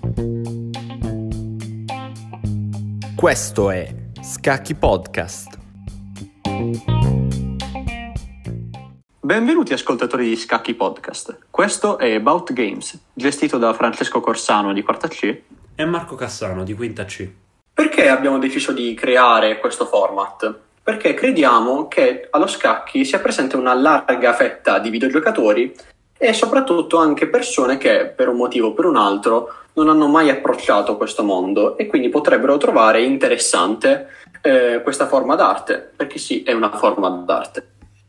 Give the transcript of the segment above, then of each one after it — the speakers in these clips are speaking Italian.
Questo è Scacchi Podcast. Benvenuti ascoltatori di Scacchi Podcast. Questo è About Games, gestito da Francesco Corsano di Quarta C e Marco Cassano di Quinta C. Perché abbiamo deciso di creare questo format? Perché crediamo che allo scacchi sia presente una larga fetta di videogiocatori e soprattutto anche persone che per un motivo o per un altro non hanno mai approcciato questo mondo e quindi potrebbero trovare interessante questa forma d'arte, perché sì, è una forma d'arte.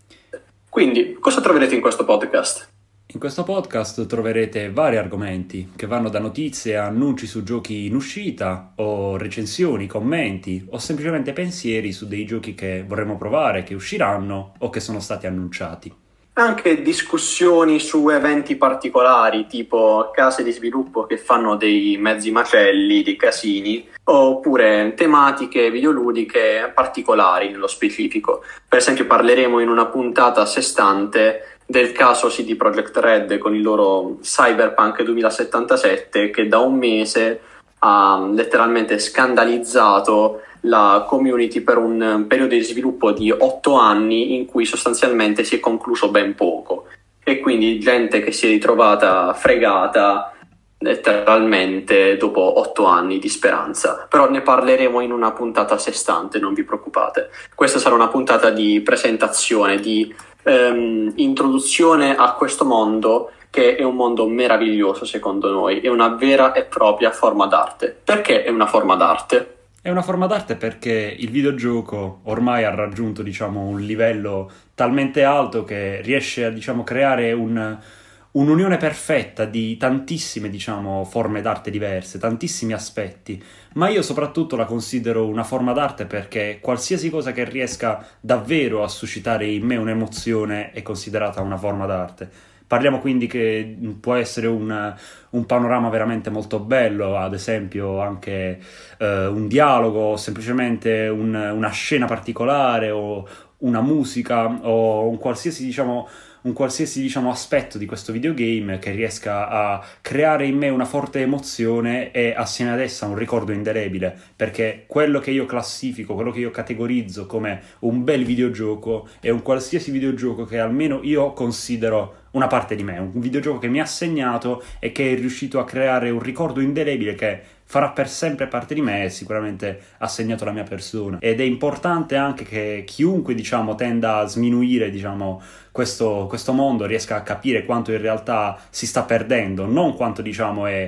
Quindi, cosa troverete in questo podcast? In questo podcast troverete vari argomenti che vanno da notizie a annunci su giochi in uscita, o recensioni, commenti, o semplicemente pensieri su dei giochi che vorremmo provare, che usciranno o che sono stati annunciati. Anche discussioni su eventi particolari, tipo case di sviluppo che fanno dei mezzi macelli, dei casini, oppure tematiche videoludiche particolari nello specifico. Per esempio parleremo in una puntata a sé stante del caso CD Projekt Red con il loro Cyberpunk 2077 che da un mese ha letteralmente scandalizzato la community per un periodo di sviluppo di 8 anni in cui sostanzialmente si è concluso ben poco e quindi gente che si è ritrovata fregata letteralmente dopo 8 anni di speranza. Però ne parleremo in una puntata a sé stante, non vi preoccupate. Questa sarà una puntata di presentazione, di introduzione a questo mondo che è un mondo meraviglioso secondo noi, è una vera e propria forma d'arte. Perché è una forma d'arte? È una forma d'arte perché il videogioco ormai ha raggiunto, un livello talmente alto che riesce a, creare un'unione perfetta di tantissime, forme d'arte diverse, tantissimi aspetti. Ma io soprattutto la considero una forma d'arte perché qualsiasi cosa che riesca davvero a suscitare in me un'emozione è considerata una forma d'arte. Parliamo quindi che può essere un panorama veramente molto bello, ad esempio anche un dialogo, semplicemente una scena particolare o una musica o un qualsiasi aspetto di questo videogame che riesca a creare in me una forte emozione e assieme ad essa un ricordo indelebile, perché quello che io classifico, quello che io categorizzo come un bel videogioco è un qualsiasi videogioco che almeno io considero una parte di me, un videogioco che mi ha segnato e che è riuscito a creare un ricordo indelebile che farà per sempre parte di me e sicuramente ha segnato la mia persona. Ed è importante anche che chiunque tenda a sminuire questo mondo riesca a capire quanto in realtà si sta perdendo, non quanto è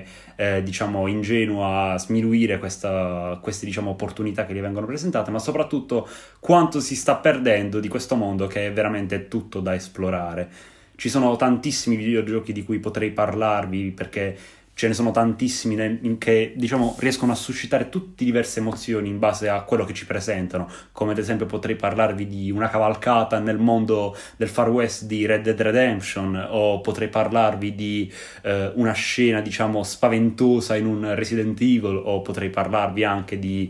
ingenuo a sminuire queste opportunità che gli vengono presentate, ma soprattutto quanto si sta perdendo di questo mondo che è veramente tutto da esplorare. Ci sono tantissimi videogiochi di cui potrei parlarvi perché ce ne sono tantissimi che riescono a suscitare tutte diverse emozioni in base a quello che ci presentano, come ad esempio potrei parlarvi di una cavalcata nel mondo del Far West di Red Dead Redemption, o potrei parlarvi di una scena spaventosa in un Resident Evil, o potrei parlarvi anche di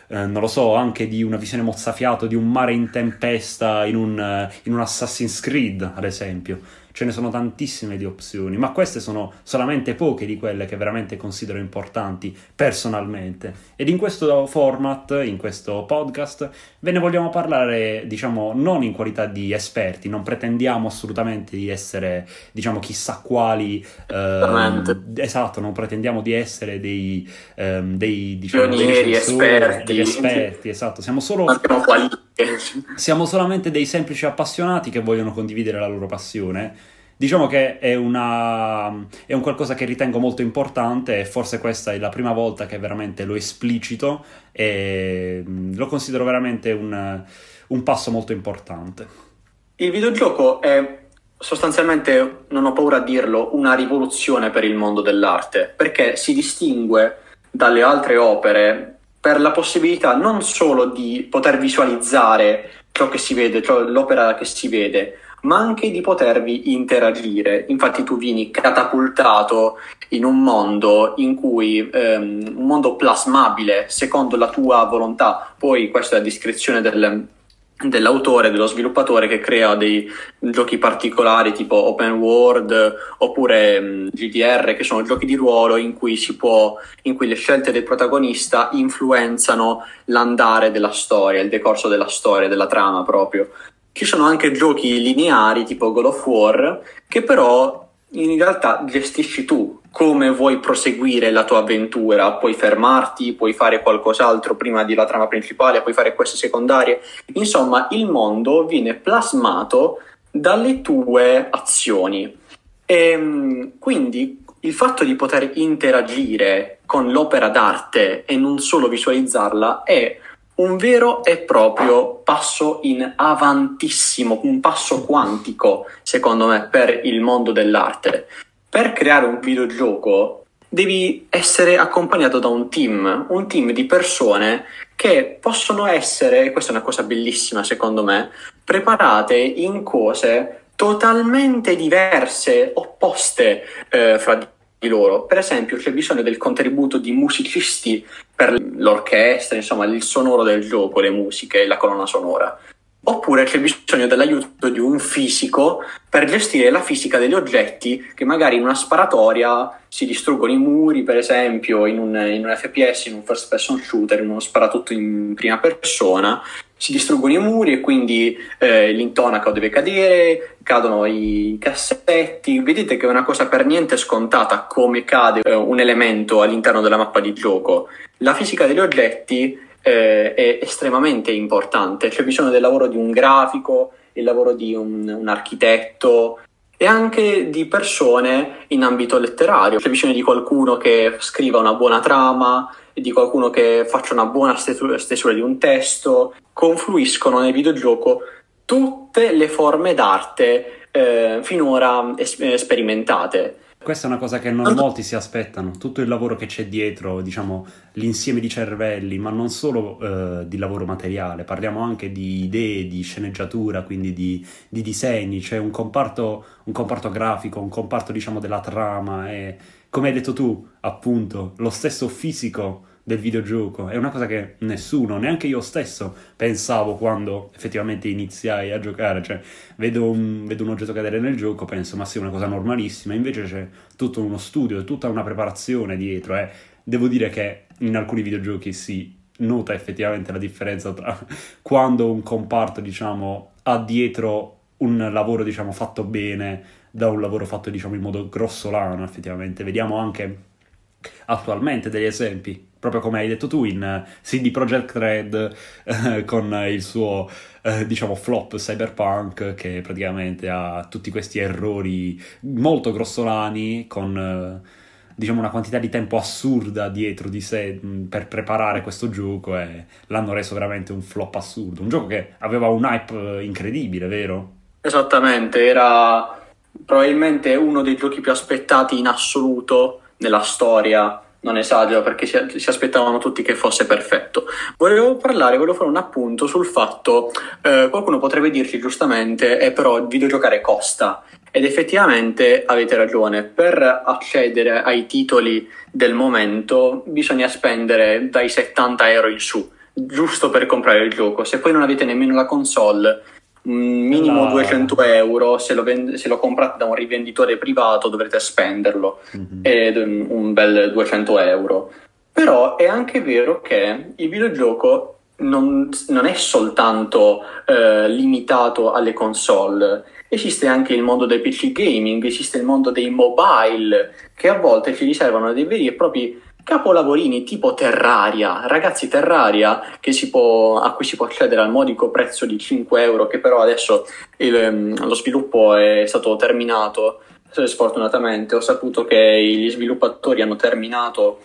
anche di una visione mozzafiato di un mare in tempesta in un Assassin's Creed, ad esempio. Ce ne sono tantissime di opzioni, ma queste sono solamente poche di quelle che veramente considero importanti personalmente. Ed in questo format, in questo podcast, ve ne vogliamo parlare, non in qualità di esperti, non pretendiamo assolutamente di essere, chissà quali... esatto, non pretendiamo di essere dei pionieri, degli esperti, esatto. Siamo solamente dei semplici appassionati che vogliono condividere la loro passione. Diciamo che è un qualcosa che ritengo molto importante e forse questa è la prima volta che veramente lo esplicito e lo considero veramente un passo molto importante. Il videogioco è sostanzialmente, non ho paura a dirlo, una rivoluzione per il mondo dell'arte, perché si distingue dalle altre opere per la possibilità non solo di poter visualizzare ciò che si vede, cioè l'opera che si vede, ma anche di potervi interagire. Infatti tu vieni catapultato in un mondo in cui un mondo plasmabile secondo la tua volontà. Poi questa è la descrizione dell'autore, dello sviluppatore che crea dei giochi particolari tipo open world oppure GDR, che sono giochi di ruolo in cui le scelte del protagonista influenzano l'andare della storia, il decorso della storia, della trama proprio. Ci sono anche giochi lineari tipo God of War che però in realtà gestisci tu come vuoi proseguire la tua avventura, puoi fermarti, puoi fare qualcos'altro prima della trama principale, puoi fare queste secondarie. Insomma, il mondo viene plasmato dalle tue azioni. Quindi il fatto di poter interagire con l'opera d'arte e non solo visualizzarla è un vero e proprio passo in avantissimo, un passo quantico, secondo me, per il mondo dell'arte. Per creare un videogioco devi essere accompagnato da un team di persone che possono essere, questa è una cosa bellissima secondo me, preparate in cose totalmente diverse, opposte fra di loro. Per esempio c'è bisogno del contributo di musicisti per l'orchestra, insomma il sonoro del gioco, le musiche, la colonna sonora. Oppure c'è bisogno dell'aiuto di un fisico per gestire la fisica degli oggetti che magari in una sparatoria si distruggono i muri, per esempio in un FPS, in un first person shooter, in uno sparatutto in prima persona, si distruggono i muri e quindi l'intonaco deve cadere, cadono i cassetti. Vedete che è una cosa per niente scontata come cade un elemento all'interno della mappa di gioco. La fisica degli oggetti è estremamente importante, c'è bisogno del lavoro di un grafico, il lavoro di un architetto e anche di persone in ambito letterario. C'è bisogno di qualcuno che scriva una buona trama, di qualcuno che faccia una buona stesura di un testo. Confluiscono nel videogioco tutte le forme d'arte finora sperimentate. Questa è una cosa che non molti si aspettano, tutto il lavoro che c'è dietro, diciamo, l'insieme di cervelli, ma non solo di lavoro materiale, parliamo anche di idee, di sceneggiatura, quindi di disegni, c'è un comparto grafico, un comparto, diciamo, della trama e, come hai detto tu, appunto, lo stesso fisico del videogioco è una cosa che nessuno, neanche io stesso, pensavo quando effettivamente iniziai a giocare. Cioè vedo un oggetto cadere nel gioco, penso ma sì, è una cosa normalissima, invece c'è tutto uno studio, tutta una preparazione dietro e devo dire che in alcuni videogiochi si nota effettivamente la differenza tra quando un comparto, diciamo, ha dietro un lavoro, diciamo, fatto bene da un lavoro fatto, diciamo, in modo grossolano. Effettivamente vediamo anche attualmente degli esempi, proprio come hai detto tu, in CD Projekt Red con il suo diciamo flop Cyberpunk, che praticamente ha tutti questi errori molto grossolani con diciamo una quantità di tempo assurda dietro di sé per preparare questo gioco, e l'hanno reso veramente un flop assurdo, un gioco che aveva un hype incredibile, vero? Esattamente, era probabilmente uno dei giochi più aspettati in assoluto nella storia, non esagero perché si aspettavano tutti che fosse perfetto. Volevo fare un appunto sul fatto, qualcuno potrebbe dirci giustamente, però il videogiocare costa, ed effettivamente avete ragione, per accedere ai titoli del momento bisogna spendere dai 70 euro in su, giusto per comprare il gioco. Se poi non avete nemmeno la console, minimo 200 euro, se lo comprate da un rivenditore privato dovrete spenderlo, ed un bel 200 euro. Però è anche vero che il videogioco non è soltanto limitato alle console, esiste anche il mondo del PC gaming, esiste il mondo dei mobile, che a volte ci riservano dei veri e propri capolavorini tipo Terraria. Ragazzi, Terraria a cui si può accedere al modico prezzo di 5 euro, che però adesso lo sviluppo è stato terminato. Sfortunatamente ho saputo che gli sviluppatori hanno terminato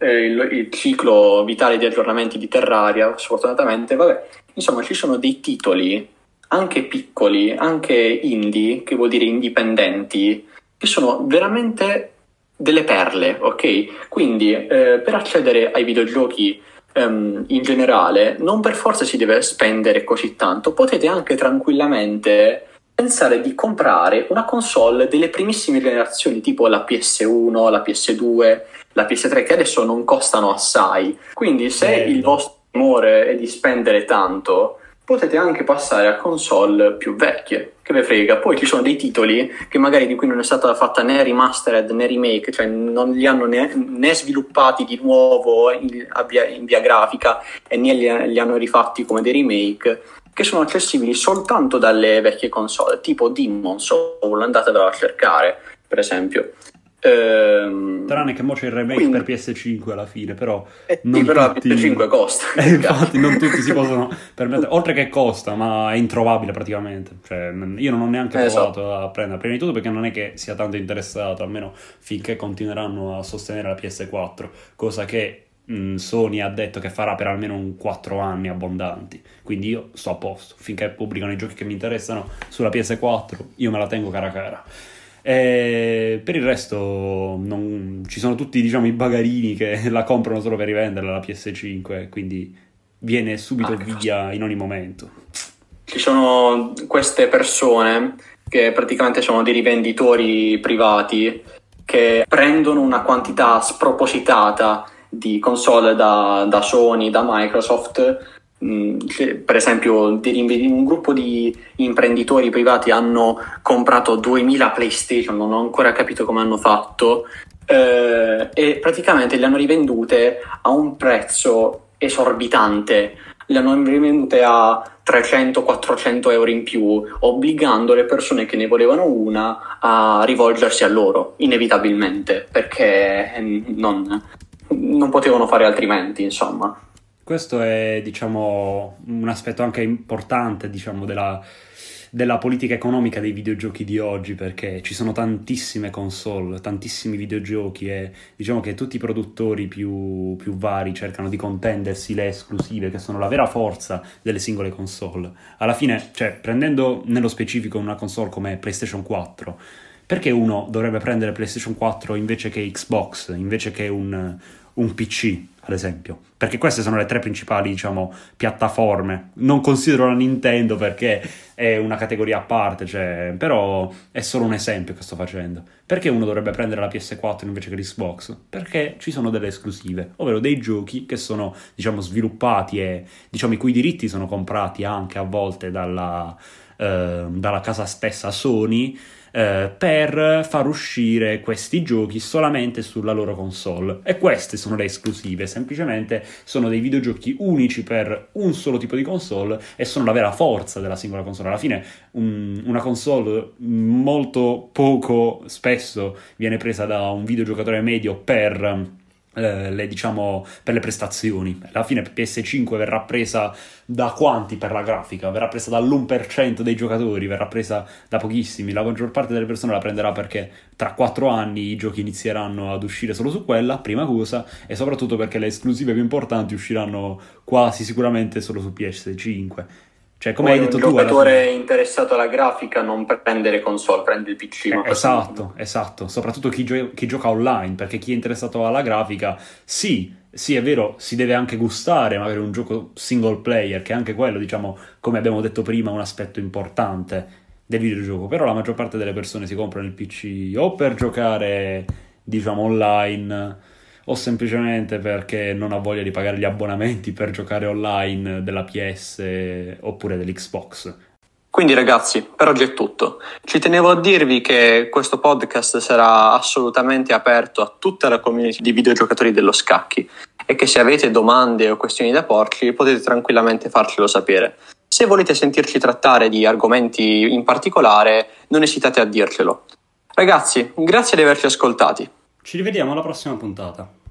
il ciclo vitale di aggiornamenti di Terraria, sfortunatamente. Vabbè, insomma, ci sono dei titoli anche piccoli, anche indie, che vuol dire indipendenti, che sono veramente delle perle, ok? Quindi per accedere ai videogiochi in generale non per forza si deve spendere così tanto, potete anche tranquillamente pensare di comprare una console delle primissime generazioni, tipo la PS1, la PS2, la PS3, che adesso non costano assai. Quindi se il vostro amore è di spendere tanto, potete anche passare a console più vecchie, che ve frega. Poi ci sono dei titoli che magari di cui non è stata fatta né remastered né remake, cioè non li hanno né sviluppati di nuovo in via grafica e né li hanno rifatti come dei remake, che sono accessibili soltanto dalle vecchie console, tipo Demon's Soul, andatevela a cercare, per esempio. Tranne che mo c'è il remake per PS5 alla fine, però non sì, però tutti... la PS5 costa. Infatti non tutti si possono permettere, oltre che costa, ma è introvabile praticamente. Cioè, io non ho neanche provato a prendere, prima di tutto perché non è che sia tanto interessato, almeno finché continueranno a sostenere la PS4, cosa che Sony ha detto che farà per almeno 4 anni abbondanti, quindi io sto a posto, finché pubblicano i giochi che mi interessano sulla PS4 io me la tengo cara cara. E per il resto ci sono tutti, diciamo, i bagarini che la comprano solo per rivenderla la PS5, quindi viene subito via in ogni momento. Ci sono queste persone che praticamente sono dei rivenditori privati che prendono una quantità spropositata di console da Sony, da Microsoft. Per esempio un gruppo di imprenditori privati hanno comprato 2000 PlayStation, non ho ancora capito come hanno fatto, e praticamente le hanno rivendute a un prezzo esorbitante, le hanno rivendute a 300-400 euro in più, obbligando le persone che ne volevano una a rivolgersi a loro inevitabilmente, perché non potevano fare altrimenti, insomma. Questo è, diciamo, un aspetto anche importante, diciamo, della politica economica dei videogiochi di oggi, perché ci sono tantissime console, tantissimi videogiochi e diciamo che tutti i produttori più vari cercano di contendersi le esclusive, che sono la vera forza delle singole console. Alla fine, cioè, prendendo nello specifico una console come PlayStation 4, perché uno dovrebbe prendere PlayStation 4 invece che Xbox, invece che un PC, ad esempio? Perché queste sono le 3 principali, diciamo, piattaforme. Non considero la Nintendo perché è una categoria a parte, cioè, però è solo un esempio che sto facendo. Perché uno dovrebbe prendere la PS4 invece che l'Xbox? Perché ci sono delle esclusive, ovvero dei giochi che sono, diciamo, sviluppati e, diciamo, i cui diritti sono comprati anche a volte dalla casa stessa Sony, per far uscire questi giochi solamente sulla loro console, e queste sono le esclusive, semplicemente sono dei videogiochi unici per un solo tipo di console e sono la vera forza della singola console. Alla fine una console molto poco spesso viene presa da un videogiocatore medio per le prestazioni. Alla fine PS5 verrà presa da quanti per la grafica? Verrà presa dall'1% dei giocatori, verrà presa da pochissimi. La maggior parte delle persone la prenderà perché tra 4 anni i giochi inizieranno ad uscire solo su quella, prima cosa, e soprattutto perché le esclusive più importanti usciranno quasi sicuramente solo su PS5. Cioè, come hai detto tu, un giocatore interessato alla grafica non prende console, prende il PC. Esatto, soprattutto chi gioca online, perché chi è interessato alla grafica, sì, è vero, si deve anche gustare magari un gioco single player, che è anche quello, diciamo, come abbiamo detto prima, un aspetto importante del videogioco, però la maggior parte delle persone si comprano il PC o per giocare, diciamo, online, o semplicemente perché non ha voglia di pagare gli abbonamenti per giocare online della PS oppure dell'Xbox. Quindi ragazzi, per oggi è tutto. Ci tenevo a dirvi che questo podcast sarà assolutamente aperto a tutta la community di videogiocatori dello scacchi e che se avete domande o questioni da porci potete tranquillamente farcelo sapere. Se volete sentirci trattare di argomenti in particolare, non esitate a dircelo. Ragazzi, grazie di averci ascoltati. Ci rivediamo alla prossima puntata.